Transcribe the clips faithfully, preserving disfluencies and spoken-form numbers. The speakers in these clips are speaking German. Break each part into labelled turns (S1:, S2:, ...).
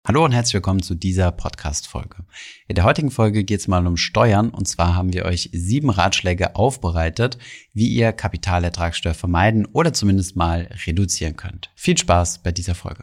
S1: Hallo und herzlich willkommen zu dieser Podcast-Folge. In der heutigen Folge geht es mal um Steuern und zwar haben wir euch sieben Ratschläge aufbereitet, wie ihr Kapitalertragssteuer vermeiden oder zumindest mal reduzieren könnt. Viel Spaß bei dieser Folge.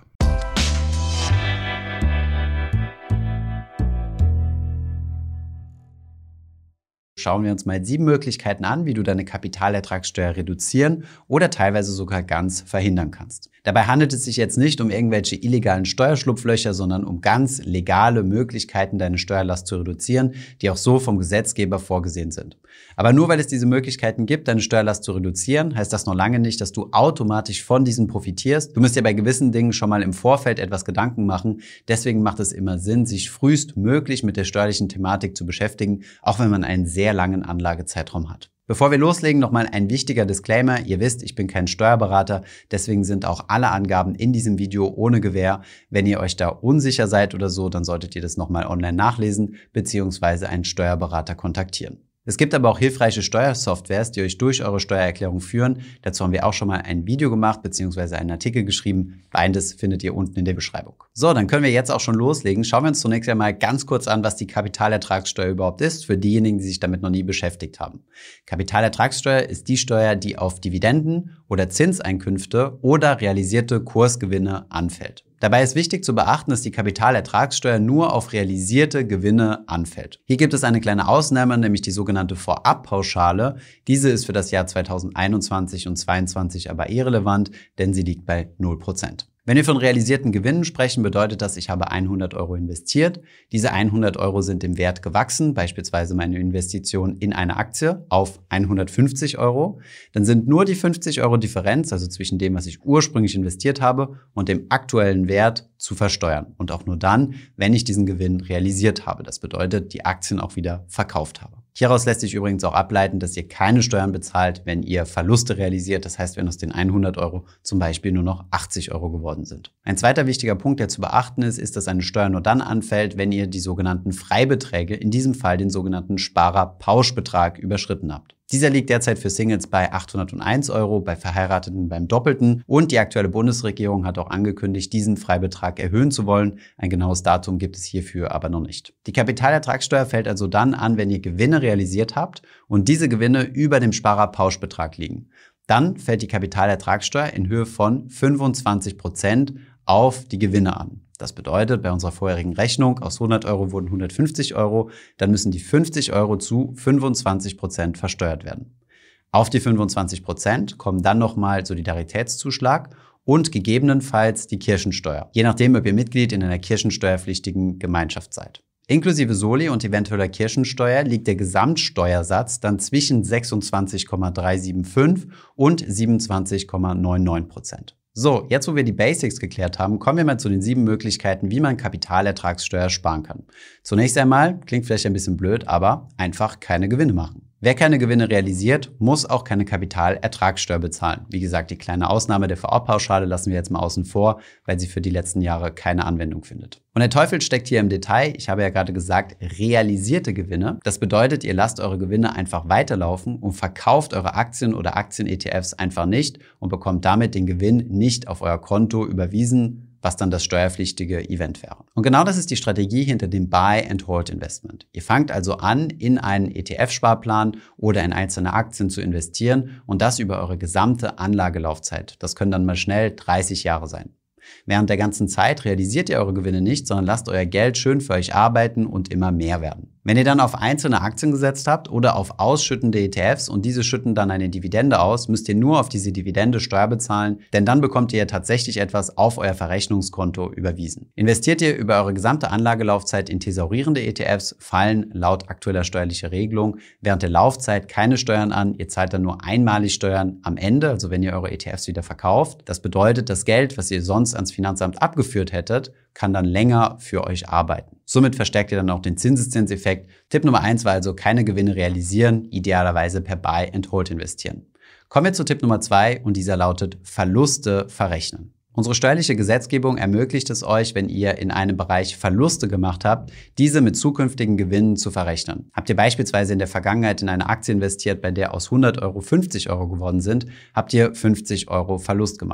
S1: Schauen wir uns mal sieben Möglichkeiten an, wie du deine Kapitalertragssteuer reduzieren oder teilweise sogar ganz verhindern kannst. Dabei handelt es sich jetzt nicht um irgendwelche illegalen Steuerschlupflöcher, sondern um ganz legale Möglichkeiten, deine Steuerlast zu reduzieren, die auch so vom Gesetzgeber vorgesehen sind. Aber nur weil es diese Möglichkeiten gibt, deine Steuerlast zu reduzieren, heißt das noch lange nicht, dass du automatisch von diesen profitierst. Du musst dir bei gewissen Dingen schon mal im Vorfeld etwas Gedanken machen. Deswegen macht es immer Sinn, sich frühestmöglich mit der steuerlichen Thematik zu beschäftigen, auch wenn man einen sehr langen Anlagezeitraum hat. Bevor wir loslegen, nochmal ein wichtiger Disclaimer. Ihr wisst, ich bin kein Steuerberater, deswegen sind auch alle Angaben in diesem Video ohne Gewähr. Wenn ihr euch da unsicher seid oder so, dann solltet ihr das nochmal online nachlesen bzw. einen Steuerberater kontaktieren. Es gibt aber auch hilfreiche Steuersoftwares, die euch durch eure Steuererklärung führen. Dazu haben wir auch schon mal ein Video gemacht bzw. einen Artikel geschrieben. Beides findet ihr unten in der Beschreibung. So, dann können wir jetzt auch schon loslegen. Schauen wir uns zunächst einmal ganz kurz an, was die Kapitalertragssteuer überhaupt ist, für diejenigen, die sich damit noch nie beschäftigt haben. Kapitalertragssteuer ist die Steuer, die auf Dividenden oder Zinseinkünfte oder realisierte Kursgewinne anfällt. Dabei ist wichtig zu beachten, dass die Kapitalertragssteuer nur auf realisierte Gewinne anfällt. Hier gibt es eine kleine Ausnahme, nämlich die sogenannte Vorabpauschale. Diese ist für das Jahr zweitausendeinundzwanzig und zweitausendzweiundzwanzig aber irrelevant, denn sie liegt bei null Prozent. Wenn wir von realisierten Gewinnen sprechen, bedeutet das, ich habe hundert Euro investiert. Diese hundert Euro sind im Wert gewachsen, beispielsweise meine Investition in eine Aktie auf hundertfünfzig Euro. Dann sind nur die fünfzig Euro Differenz, also zwischen dem, was ich ursprünglich investiert habe und dem aktuellen Wert, zu versteuern. Und auch nur dann, wenn ich diesen Gewinn realisiert habe. Das bedeutet, die Aktien auch wieder verkauft habe. Hieraus lässt sich übrigens auch ableiten, dass ihr keine Steuern bezahlt, wenn ihr Verluste realisiert. Das heißt, wenn aus den hundert Euro zum Beispiel nur noch achtzig Euro geworden sind. Ein zweiter wichtiger Punkt, der zu beachten ist, ist, dass eine Steuer nur dann anfällt, wenn ihr die sogenannten Freibeträge, in diesem Fall den sogenannten Sparerpauschbetrag, überschritten habt. Dieser liegt derzeit für Singles bei achthunderteins Euro, bei Verheirateten beim Doppelten und die aktuelle Bundesregierung hat auch angekündigt, diesen Freibetrag erhöhen zu wollen. Ein genaues Datum gibt es hierfür aber noch nicht. Die Kapitalertragssteuer fällt also dann an, wenn ihr Gewinne realisiert habt und diese Gewinne über dem Sparerpauschbetrag liegen. Dann fällt die Kapitalertragssteuer in Höhe von fünfundzwanzig Prozent auf die Gewinne an. Das bedeutet, bei unserer vorherigen Rechnung aus hundert Euro wurden hundertfünfzig Euro, dann müssen die fünfzig Euro zu fünfundzwanzig Prozent versteuert werden. Auf die fünfundzwanzig Prozent kommen dann nochmal Solidaritätszuschlag und gegebenenfalls die Kirchensteuer, je nachdem, ob ihr Mitglied in einer kirchensteuerpflichtigen Gemeinschaft seid. Inklusive Soli und eventueller Kirchensteuer liegt der Gesamtsteuersatz dann zwischen sechsundzwanzig Komma dreihundertfünfundsiebzig und siebenundzwanzig Komma neunundneunzig Prozent. So, jetzt wo wir die Basics geklärt haben, kommen wir mal zu den sieben Möglichkeiten, wie man Kapitalertragssteuer sparen kann. Zunächst einmal, klingt vielleicht ein bisschen blöd, aber einfach keine Gewinne machen. Wer keine Gewinne realisiert, muss auch keine Kapitalertragssteuer bezahlen. Wie gesagt, die kleine Ausnahme der Vorabpauschale lassen wir jetzt mal außen vor, weil sie für die letzten Jahre keine Anwendung findet. Und der Teufel steckt hier im Detail. Ich habe ja gerade gesagt, realisierte Gewinne. Das bedeutet, ihr lasst eure Gewinne einfach weiterlaufen und verkauft eure Aktien oder Aktien-E T Fs einfach nicht und bekommt damit den Gewinn nicht auf euer Konto überwiesen, was dann das steuerpflichtige Event wäre. Und genau das ist die Strategie hinter dem Buy-and-Hold-Investment. Ihr fangt also an, in einen E T F-Sparplan oder in einzelne Aktien zu investieren und das über eure gesamte Anlagelaufzeit. Das können dann mal schnell dreißig Jahre sein. Während der ganzen Zeit realisiert ihr eure Gewinne nicht, sondern lasst euer Geld schön für euch arbeiten und immer mehr werden. Wenn ihr dann auf einzelne Aktien gesetzt habt oder auf ausschüttende E T Fs und diese schütten dann eine Dividende aus, müsst ihr nur auf diese Dividende Steuer bezahlen, denn dann bekommt ihr tatsächlich etwas auf euer Verrechnungskonto überwiesen. Investiert ihr über eure gesamte Anlagelaufzeit in thesaurierende E T Fs, fallen laut aktueller steuerlicher Regelung während der Laufzeit keine Steuern an. Ihr zahlt dann nur einmalig Steuern am Ende, also wenn ihr eure E T Fs wieder verkauft. Das bedeutet, das Geld, was ihr sonst ans Finanzamt abgeführt hättet, kann dann länger für euch arbeiten. Somit verstärkt ihr dann auch den Zinseszinseffekt. Tipp Nummer eins war also keine Gewinne realisieren, idealerweise per Buy and Hold investieren. Kommen wir zu Tipp Nummer zwei und dieser lautet Verluste verrechnen. Unsere steuerliche Gesetzgebung ermöglicht es euch, wenn ihr in einem Bereich Verluste gemacht habt, diese mit zukünftigen Gewinnen zu verrechnen. Habt ihr beispielsweise in der Vergangenheit in eine Aktie investiert, bei der aus hundert Euro fünfzig Euro geworden sind, habt ihr fünfzig Euro Verlust gemacht.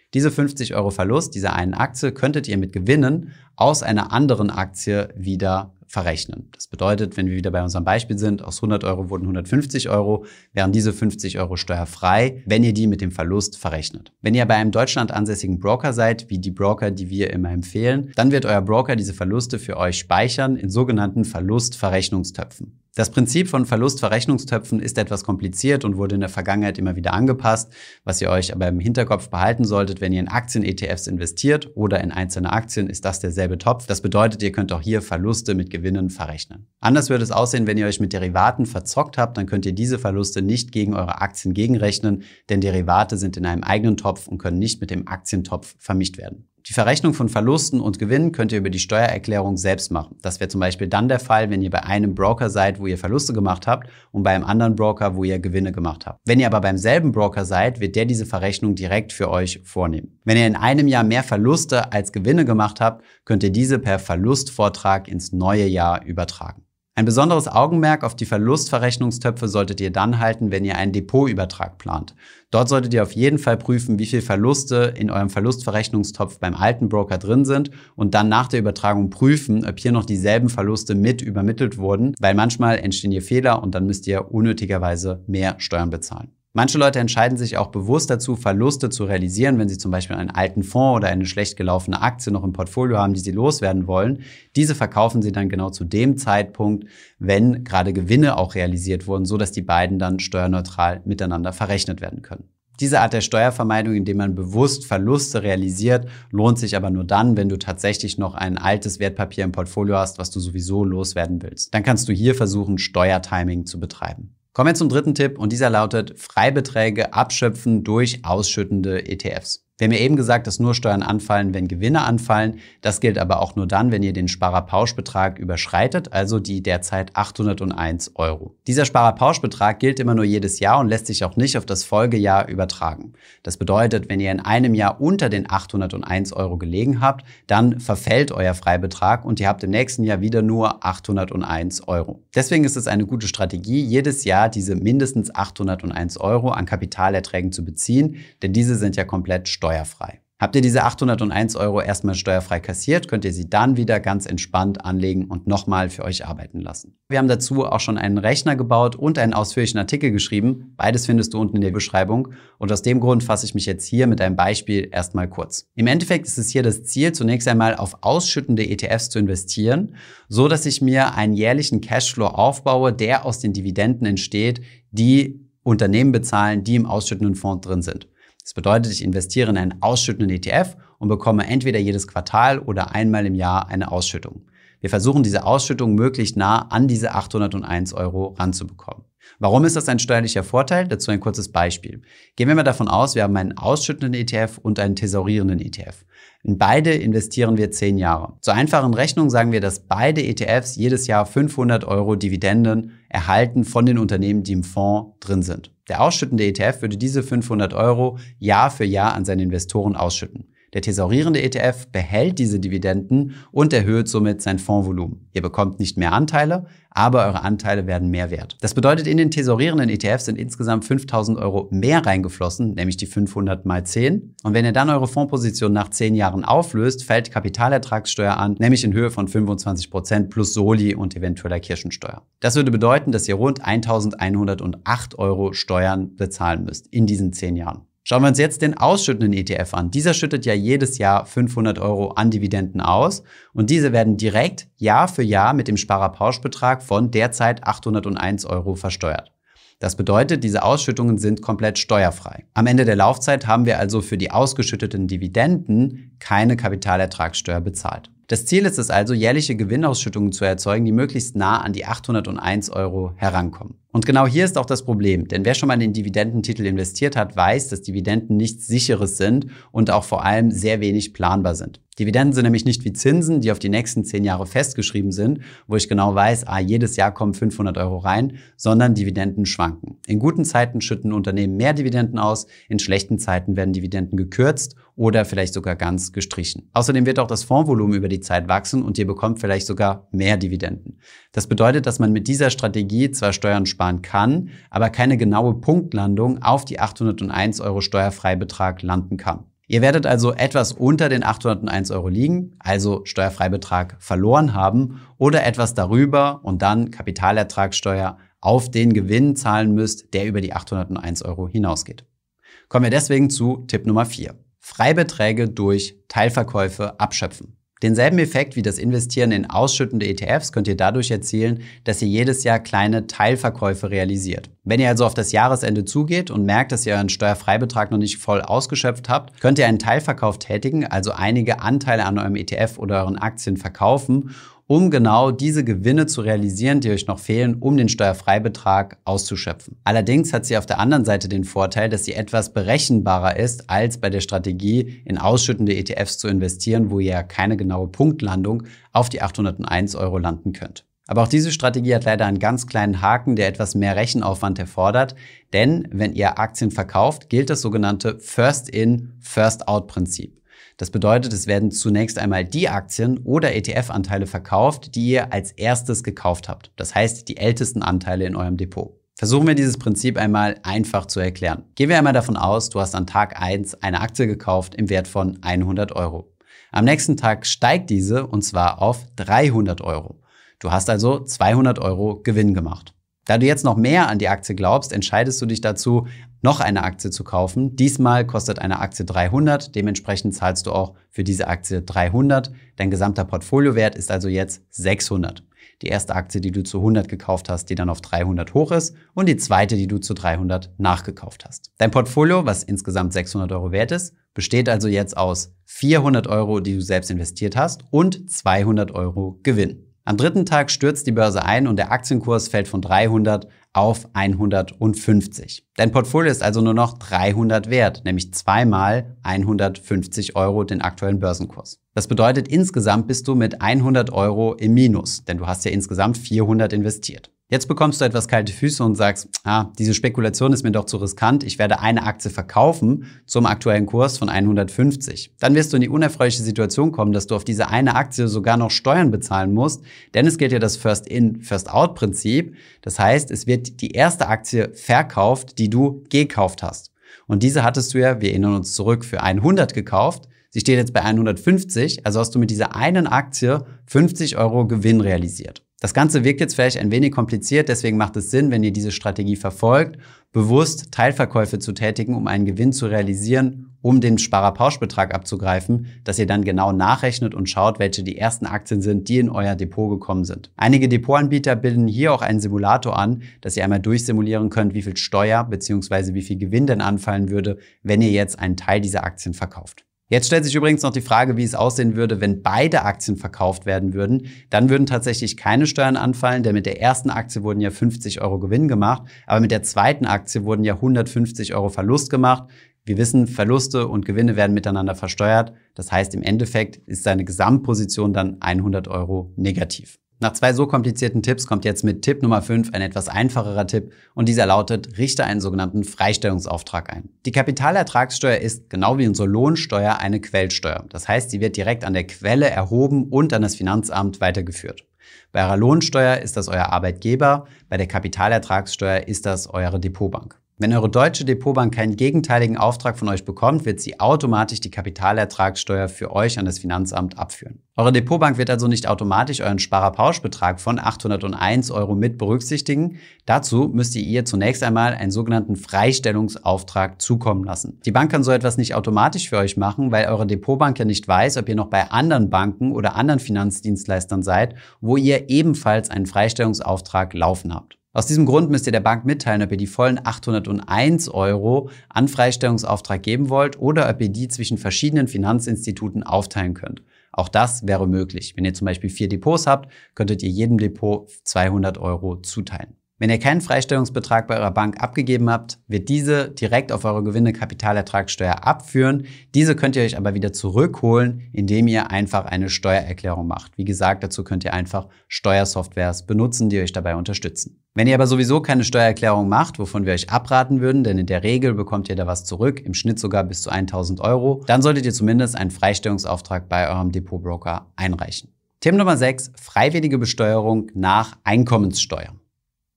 S1: Diese fünfzig Euro Verlust dieser einen Aktie könntet ihr mit Gewinnen aus einer anderen Aktie wieder verrechnen. Das bedeutet, wenn wir wieder bei unserem Beispiel sind, aus hundert Euro wurden hundertfünfzig Euro, wären diese fünfzig Euro steuerfrei, wenn ihr die mit dem Verlust verrechnet. Wenn ihr bei einem Deutschland ansässigen Broker seid, wie die Broker, die wir immer empfehlen, dann wird euer Broker diese Verluste für euch speichern in sogenannten Verlustverrechnungstöpfen. Das Prinzip von Verlustverrechnungstöpfen ist etwas kompliziert und wurde in der Vergangenheit immer wieder angepasst. Was ihr euch aber im Hinterkopf behalten solltet, wenn ihr in Aktien-E T Fs investiert oder in einzelne Aktien, ist das derselbe Topf. Das bedeutet, ihr könnt auch hier Verluste mit Gewinnen verrechnen. Anders würde es aussehen, wenn ihr euch mit Derivaten verzockt habt, dann könnt ihr diese Verluste nicht gegen eure Aktien gegenrechnen, denn Derivate sind in einem eigenen Topf und können nicht mit dem Aktientopf vermischt werden. Die Verrechnung von Verlusten und Gewinnen könnt ihr über die Steuererklärung selbst machen. Das wäre zum Beispiel dann der Fall, wenn ihr bei einem Broker seid, wo ihr Verluste gemacht habt und bei einem anderen Broker, wo ihr Gewinne gemacht habt. Wenn ihr aber beim selben Broker seid, wird der diese Verrechnung direkt für euch vornehmen. Wenn ihr in einem Jahr mehr Verluste als Gewinne gemacht habt, könnt ihr diese per Verlustvortrag ins neue Jahr übertragen. Ein besonderes Augenmerk auf die Verlustverrechnungstöpfe solltet ihr dann halten, wenn ihr einen Depotübertrag plant. Dort solltet ihr auf jeden Fall prüfen, wie viel Verluste in eurem Verlustverrechnungstopf beim alten Broker drin sind und dann nach der Übertragung prüfen, ob hier noch dieselben Verluste mit übermittelt wurden, weil manchmal entstehen hier Fehler und dann müsst ihr unnötigerweise mehr Steuern bezahlen. Manche Leute entscheiden sich auch bewusst dazu, Verluste zu realisieren, wenn sie zum Beispiel einen alten Fonds oder eine schlecht gelaufene Aktie noch im Portfolio haben, die sie loswerden wollen. Diese verkaufen sie dann genau zu dem Zeitpunkt, wenn gerade Gewinne auch realisiert wurden, sodass die beiden dann steuerneutral miteinander verrechnet werden können. Diese Art der Steuervermeidung, indem man bewusst Verluste realisiert, lohnt sich aber nur dann, wenn du tatsächlich noch ein altes Wertpapier im Portfolio hast, was du sowieso loswerden willst. Dann kannst du hier versuchen, Steuertiming zu betreiben. Kommen wir zum dritten Tipp und dieser lautet Freibeträge abschöpfen durch ausschüttende E T Fs. Wir haben ja eben gesagt, dass nur Steuern anfallen, wenn Gewinne anfallen. Das gilt aber auch nur dann, wenn ihr den Sparerpauschbetrag überschreitet, also die derzeit achthunderteins Euro. Dieser Sparerpauschbetrag gilt immer nur jedes Jahr und lässt sich auch nicht auf das Folgejahr übertragen. Das bedeutet, wenn ihr in einem Jahr unter den achthunderteins Euro gelegen habt, dann verfällt euer Freibetrag und ihr habt im nächsten Jahr wieder nur achthunderteins Euro. Deswegen ist es eine gute Strategie, jedes Jahr diese mindestens achthunderteins Euro an Kapitalerträgen zu beziehen, denn diese sind ja komplett steuerfrei. Steuerfrei. Habt ihr diese achthunderteins Euro erstmal steuerfrei kassiert, könnt ihr sie dann wieder ganz entspannt anlegen und nochmal für euch arbeiten lassen. Wir haben dazu auch schon einen Rechner gebaut und einen ausführlichen Artikel geschrieben. Beides findest du unten in der Beschreibung. Und aus dem Grund fasse ich mich jetzt hier mit einem Beispiel erstmal kurz. Im Endeffekt ist es hier das Ziel, zunächst einmal auf ausschüttende E T Fs zu investieren, so dass ich mir einen jährlichen Cashflow aufbaue, der aus den Dividenden entsteht, die Unternehmen bezahlen, die im ausschüttenden Fonds drin sind. Das bedeutet, ich investiere in einen ausschüttenden E T F und bekomme entweder jedes Quartal oder einmal im Jahr eine Ausschüttung. Wir versuchen, diese Ausschüttung möglichst nah an diese achthunderteins Euro ranzubekommen. Warum ist das ein steuerlicher Vorteil? Dazu ein kurzes Beispiel. Gehen wir mal davon aus, wir haben einen ausschüttenden E T F und einen tesorierenden E T F. In beide investieren wir zehn Jahre. Zur einfachen Rechnung sagen wir, dass beide E T Fs jedes Jahr fünfhundert Euro Dividenden erhalten von den Unternehmen, die im Fonds drin sind. Der ausschüttende E T F würde diese fünfhundert Euro Jahr für Jahr an seine Investoren ausschütten. Der tesorierende E T F behält diese Dividenden und erhöht somit sein Fondsvolumen. Ihr bekommt nicht mehr Anteile, aber eure Anteile werden mehr wert. Das bedeutet, in den tesorierenden E T Fs sind insgesamt fünftausend Euro mehr reingeflossen, nämlich die fünfhundert mal zehn. Und wenn ihr dann eure Fondsposition nach zehn Jahren auflöst, fällt Kapitalertragssteuer an, nämlich in Höhe von fünfundzwanzig Prozent plus Soli und eventueller Kirchensteuer. Das würde bedeuten, dass ihr rund eintausendeinhundertacht Euro Steuern bezahlen müsst in diesen zehn Jahren. Schauen wir uns jetzt den ausschüttenden E T F an. Dieser schüttet ja jedes Jahr fünfhundert Euro an Dividenden aus und diese werden direkt Jahr für Jahr mit dem Sparerpauschbetrag von derzeit achthunderteins Euro versteuert. Das bedeutet, diese Ausschüttungen sind komplett steuerfrei. Am Ende der Laufzeit haben wir also für die ausgeschütteten Dividenden keine Kapitalertragssteuer bezahlt. Das Ziel ist es also, jährliche Gewinnausschüttungen zu erzeugen, die möglichst nah an die achthunderteins Euro herankommen. Und genau hier ist auch das Problem, denn wer schon mal in den Dividendentitel investiert hat, weiß, dass Dividenden nichts Sicheres sind und auch vor allem sehr wenig planbar sind. Dividenden sind nämlich nicht wie Zinsen, die auf die nächsten zehn Jahre festgeschrieben sind, wo ich genau weiß, ah, jedes Jahr kommen fünfhundert Euro rein, sondern Dividenden schwanken. In guten Zeiten schütten Unternehmen mehr Dividenden aus, in schlechten Zeiten werden Dividenden gekürzt oder vielleicht sogar ganz gestrichen. Außerdem wird auch das Fondsvolumen über die Zeit wachsen und ihr bekommt vielleicht sogar mehr Dividenden. Das bedeutet, dass man mit dieser Strategie zwar Steuern sparen kann, aber keine genaue Punktlandung auf die achthunderteins Euro Steuerfreibetrag landen kann. Ihr werdet also etwas unter den achthunderteins Euro liegen, also Steuerfreibetrag verloren haben, oder etwas darüber und dann Kapitalertragssteuer auf den Gewinn zahlen müsst, der über die achthunderteins Euro hinausgeht. Kommen wir deswegen zu Tipp Nummer vier. Freibeträge durch Teilverkäufe abschöpfen. Denselben Effekt wie das Investieren in ausschüttende E T Fs könnt ihr dadurch erzielen, dass ihr jedes Jahr kleine Teilverkäufe realisiert. Wenn ihr also auf das Jahresende zugeht und merkt, dass ihr euren Steuerfreibetrag noch nicht voll ausgeschöpft habt, könnt ihr einen Teilverkauf tätigen, also einige Anteile an eurem E T F oder euren Aktien verkaufen, um genau diese Gewinne zu realisieren, die euch noch fehlen, um den Steuerfreibetrag auszuschöpfen. Allerdings hat sie auf der anderen Seite den Vorteil, dass sie etwas berechenbarer ist, als bei der Strategie, in ausschüttende E T Fs zu investieren, wo ihr ja keine genaue Punktlandung auf die achthunderteins Euro landen könnt. Aber auch diese Strategie hat leider einen ganz kleinen Haken, der etwas mehr Rechenaufwand erfordert, denn wenn ihr Aktien verkauft, gilt das sogenannte First-in, First-out-Prinzip. Das bedeutet, es werden zunächst einmal die Aktien oder E T F-Anteile verkauft, die ihr als erstes gekauft habt. Das heißt, die ältesten Anteile in eurem Depot. Versuchen wir dieses Prinzip einmal einfach zu erklären. Gehen wir einmal davon aus, du hast an Tag eins eine Aktie gekauft im Wert von hundert Euro. Am nächsten Tag steigt diese und zwar auf dreihundert Euro. Du hast also zweihundert Euro Gewinn gemacht. Da du jetzt noch mehr an die Aktie glaubst, entscheidest du dich dazu, noch eine Aktie zu kaufen. Diesmal kostet eine Aktie dreihundert, dementsprechend zahlst du auch für diese Aktie dreihundert. Dein gesamter Portfoliowert ist also jetzt sechshundert. Die erste Aktie, die du zu hundert gekauft hast, die dann auf dreihundert hoch ist, und die zweite, die du zu dreihundert nachgekauft hast. Dein Portfolio, was insgesamt sechshundert Euro wert ist, besteht also jetzt aus vierhundert Euro, die du selbst investiert hast, und zweihundert Euro Gewinn. Am dritten Tag stürzt die Börse ein und der Aktienkurs fällt von dreihundert auf hundertfünfzig. Dein Portfolio ist also nur noch dreihundert wert, nämlich zweimal hundertfünfzig Euro den aktuellen Börsenkurs. Das bedeutet, insgesamt bist du mit hundert Euro im Minus, denn du hast ja insgesamt vierhundert investiert. Jetzt bekommst du etwas kalte Füße und sagst, ah, diese Spekulation ist mir doch zu riskant, ich werde eine Aktie verkaufen zum aktuellen Kurs von hundertfünfzig. Dann wirst du in die unerfreuliche Situation kommen, dass du auf diese eine Aktie sogar noch Steuern bezahlen musst, denn es gilt ja das First-in, First-out-Prinzip. Das heißt, es wird die erste Aktie verkauft, die du gekauft hast. Und diese hattest du ja, wir erinnern uns zurück, für hundert gekauft. Sie steht jetzt bei hundertfünfzig, also hast du mit dieser einen Aktie fünfzig Euro Gewinn realisiert. Das Ganze wirkt jetzt vielleicht ein wenig kompliziert, deswegen macht es Sinn, wenn ihr diese Strategie verfolgt, bewusst Teilverkäufe zu tätigen, um einen Gewinn zu realisieren, um den Sparerpauschbetrag abzugreifen, dass ihr dann genau nachrechnet und schaut, welche die ersten Aktien sind, die in euer Depot gekommen sind. Einige Depotanbieter bilden hier auch einen Simulator an, dass ihr einmal durchsimulieren könnt, wie viel Steuer bzw. wie viel Gewinn denn anfallen würde, wenn ihr jetzt einen Teil dieser Aktien verkauft. Jetzt stellt sich übrigens noch die Frage, wie es aussehen würde, wenn beide Aktien verkauft werden würden. Dann würden tatsächlich keine Steuern anfallen, denn mit der ersten Aktie wurden ja fünfzig Euro Gewinn gemacht, aber mit der zweiten Aktie wurden ja hundertfünfzig Euro Verlust gemacht. Wir wissen, Verluste und Gewinne werden miteinander versteuert. Das heißt, im Endeffekt ist seine Gesamtposition dann hundert Euro negativ. Nach zwei so komplizierten Tipps kommt jetzt mit Tipp Nummer fünf ein etwas einfacherer Tipp und dieser lautet, richte einen sogenannten Freistellungsauftrag ein. Die Kapitalertragssteuer ist, genau wie unsere Lohnsteuer, eine Quellsteuer. Das heißt, sie wird direkt an der Quelle erhoben und an das Finanzamt weitergeführt. Bei eurer Lohnsteuer ist das euer Arbeitgeber, bei der Kapitalertragssteuer ist das eure Depotbank. Wenn eure Deutsche Depotbank keinen gegenteiligen Auftrag von euch bekommt, wird sie automatisch die Kapitalertragssteuer für euch an das Finanzamt abführen. Eure Depotbank wird also nicht automatisch euren Sparerpauschbetrag von achthunderteins Euro mit berücksichtigen. Dazu müsst ihr ihr zunächst einmal einen sogenannten Freistellungsauftrag zukommen lassen. Die Bank kann so etwas nicht automatisch für euch machen, weil eure Depotbank ja nicht weiß, ob ihr noch bei anderen Banken oder anderen Finanzdienstleistern seid, wo ihr ebenfalls einen Freistellungsauftrag laufen habt. Aus diesem Grund müsst ihr der Bank mitteilen, ob ihr die vollen achthunderteins Euro an Freistellungsauftrag geben wollt oder ob ihr die zwischen verschiedenen Finanzinstituten aufteilen könnt. Auch das wäre möglich. Wenn ihr zum Beispiel vier Depots habt, könntet ihr jedem Depot zweihundert Euro zuteilen. Wenn ihr keinen Freistellungsbetrag bei eurer Bank abgegeben habt, wird diese direkt auf eure Gewinne Kapitalertragssteuer abführen. Diese könnt ihr euch aber wieder zurückholen, indem ihr einfach eine Steuererklärung macht. Wie gesagt, dazu könnt ihr einfach Steuersoftwares benutzen, die euch dabei unterstützen. Wenn ihr aber sowieso keine Steuererklärung macht, wovon wir euch abraten würden, denn in der Regel bekommt ihr da was zurück, im Schnitt sogar bis zu tausend Euro, dann solltet ihr zumindest einen Freistellungsauftrag bei eurem Depotbroker einreichen. Tipp Nummer sechs, freiwillige Besteuerung nach Einkommenssteuer.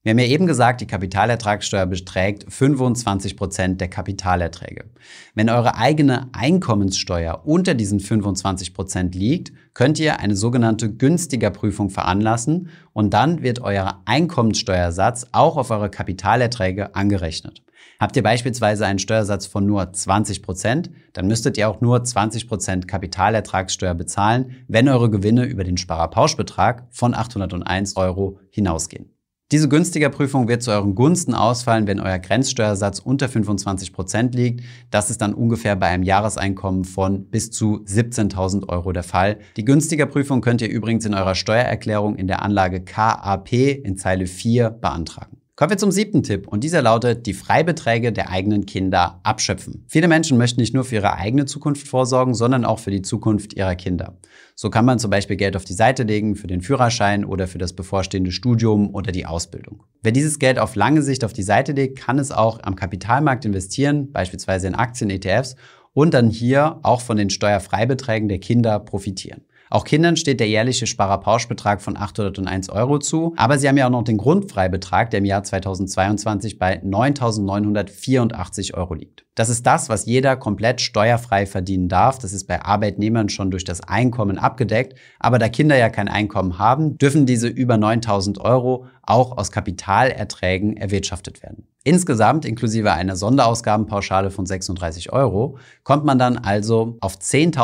S1: Wir haben ja eben gesagt, die Kapitalertragssteuer beträgt fünfundzwanzig Prozent der Kapitalerträge. Wenn eure eigene Einkommenssteuer unter diesen fünfundzwanzig Prozent liegt, könnt ihr eine sogenannte Günstigerprüfung veranlassen und dann wird euer Einkommenssteuersatz auch auf eure Kapitalerträge angerechnet. Habt ihr beispielsweise einen Steuersatz von nur zwanzig Prozent, dann müsstet ihr auch nur zwanzig Prozent Kapitalertragssteuer bezahlen, wenn eure Gewinne über den Sparerpauschbetrag von achthunderteins Euro hinausgehen. Diese Günstigerprüfung wird zu euren Gunsten ausfallen, wenn euer Grenzsteuersatz unter fünfundzwanzig Prozent liegt. Das ist dann ungefähr bei einem Jahreseinkommen von bis zu siebzehntausend Euro der Fall. Die Günstigerprüfung könnt ihr übrigens in eurer Steuererklärung in der Anlage K A P in Zeile vier beantragen. Kommen wir zum siebten Tipp und dieser lautet, die Freibeträge der eigenen Kinder abschöpfen. Viele Menschen möchten nicht nur für ihre eigene Zukunft vorsorgen, sondern auch für die Zukunft ihrer Kinder. So kann man zum Beispiel Geld auf die Seite legen für den Führerschein oder für das bevorstehende Studium oder die Ausbildung. Wer dieses Geld auf lange Sicht auf die Seite legt, kann es auch am Kapitalmarkt investieren, beispielsweise in Aktien, E T Fs und dann hier auch von den Steuerfreibeträgen der Kinder profitieren. Auch Kindern steht der jährliche Sparerpauschbetrag von achthunderteins Euro zu, aber sie haben ja auch noch den Grundfreibetrag, der im Jahr zweitausendzweiundzwanzig bei neuntausendneunhundertvierundachtzig Euro liegt. Das ist das, was jeder komplett steuerfrei verdienen darf. Das ist bei Arbeitnehmern schon durch das Einkommen abgedeckt. Aber da Kinder ja kein Einkommen haben, dürfen diese über neuntausend Euro auch aus Kapitalerträgen erwirtschaftet werden. Insgesamt, inklusive einer Sonderausgabenpauschale von sechsunddreißig Euro, kommt man dann also auf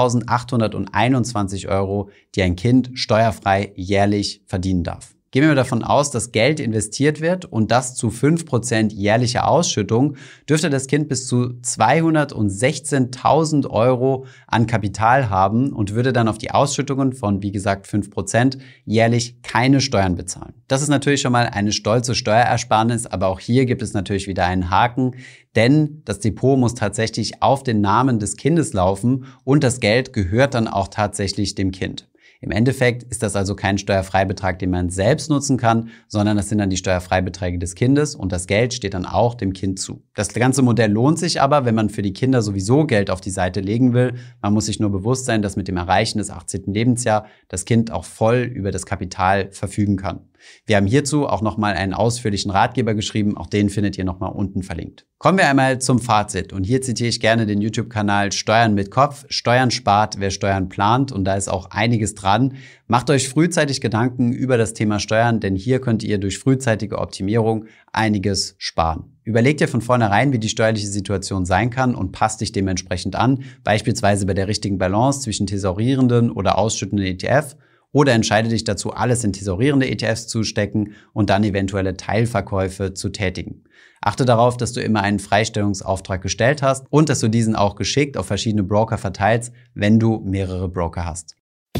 S1: zehntausendachthunderteinundzwanzig Euro, die ein Kind steuerfrei jährlich verdienen darf. Gehen wir davon aus, dass Geld investiert wird und das zu fünf Prozent jährlicher Ausschüttung, dürfte das Kind bis zu zweihundertsechzehntausend Euro an Kapital haben und würde dann auf die Ausschüttungen von, wie gesagt, fünf Prozent jährlich keine Steuern bezahlen. Das ist natürlich schon mal eine stolze Steuerersparnis, aber auch hier gibt es natürlich wieder einen Haken, denn das Depot muss tatsächlich auf den Namen des Kindes laufen und das Geld gehört dann auch tatsächlich dem Kind. Im Endeffekt ist das also kein Steuerfreibetrag, den man selbst nutzen kann, sondern das sind dann die Steuerfreibeträge des Kindes und das Geld steht dann auch dem Kind zu. Das ganze Modell lohnt sich aber, wenn man für die Kinder sowieso Geld auf die Seite legen will. Man muss sich nur bewusst sein, dass mit dem Erreichen des achtzehnten Lebensjahres das Kind auch voll über das Kapital verfügen kann. Wir haben hierzu auch nochmal einen ausführlichen Ratgeber geschrieben, auch den findet ihr nochmal unten verlinkt. Kommen wir einmal zum Fazit und hier zitiere ich gerne den YouTube-Kanal Steuern mit Kopf. Steuern spart, wer Steuern plant und da ist auch einiges dran. Macht euch frühzeitig Gedanken über das Thema Steuern, denn hier könnt ihr durch frühzeitige Optimierung einiges sparen. Überleg dir von vornherein, wie die steuerliche Situation sein kann und passt dich dementsprechend an, beispielsweise bei der richtigen Balance zwischen tesorierenden oder ausschüttenden E T F. Oder entscheide dich dazu, alles in tesorierende E T Fs zu stecken und dann eventuelle Teilverkäufe zu tätigen. Achte darauf, dass du immer einen Freistellungsauftrag gestellt hast und dass du diesen auch geschickt auf verschiedene Broker verteilst, wenn du mehrere Broker hast.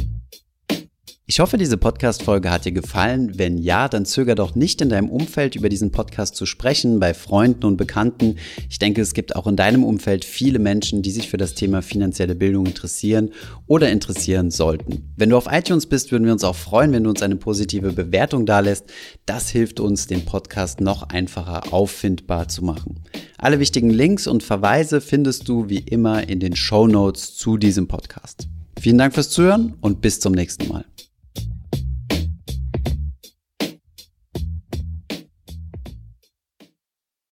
S1: Ich hoffe, diese Podcast-Folge hat dir gefallen. Wenn ja, dann zöger doch nicht in deinem Umfeld über diesen Podcast zu sprechen, bei Freunden und Bekannten. Ich denke, es gibt auch in deinem Umfeld viele Menschen, die sich für das Thema finanzielle Bildung interessieren oder interessieren sollten. Wenn du auf iTunes bist, würden wir uns auch freuen, wenn du uns eine positive Bewertung dalässt. Das hilft uns, den Podcast noch einfacher auffindbar zu machen. Alle wichtigen Links und Verweise findest du wie immer in den Shownotes zu diesem Podcast. Vielen Dank fürs Zuhören und bis zum nächsten Mal.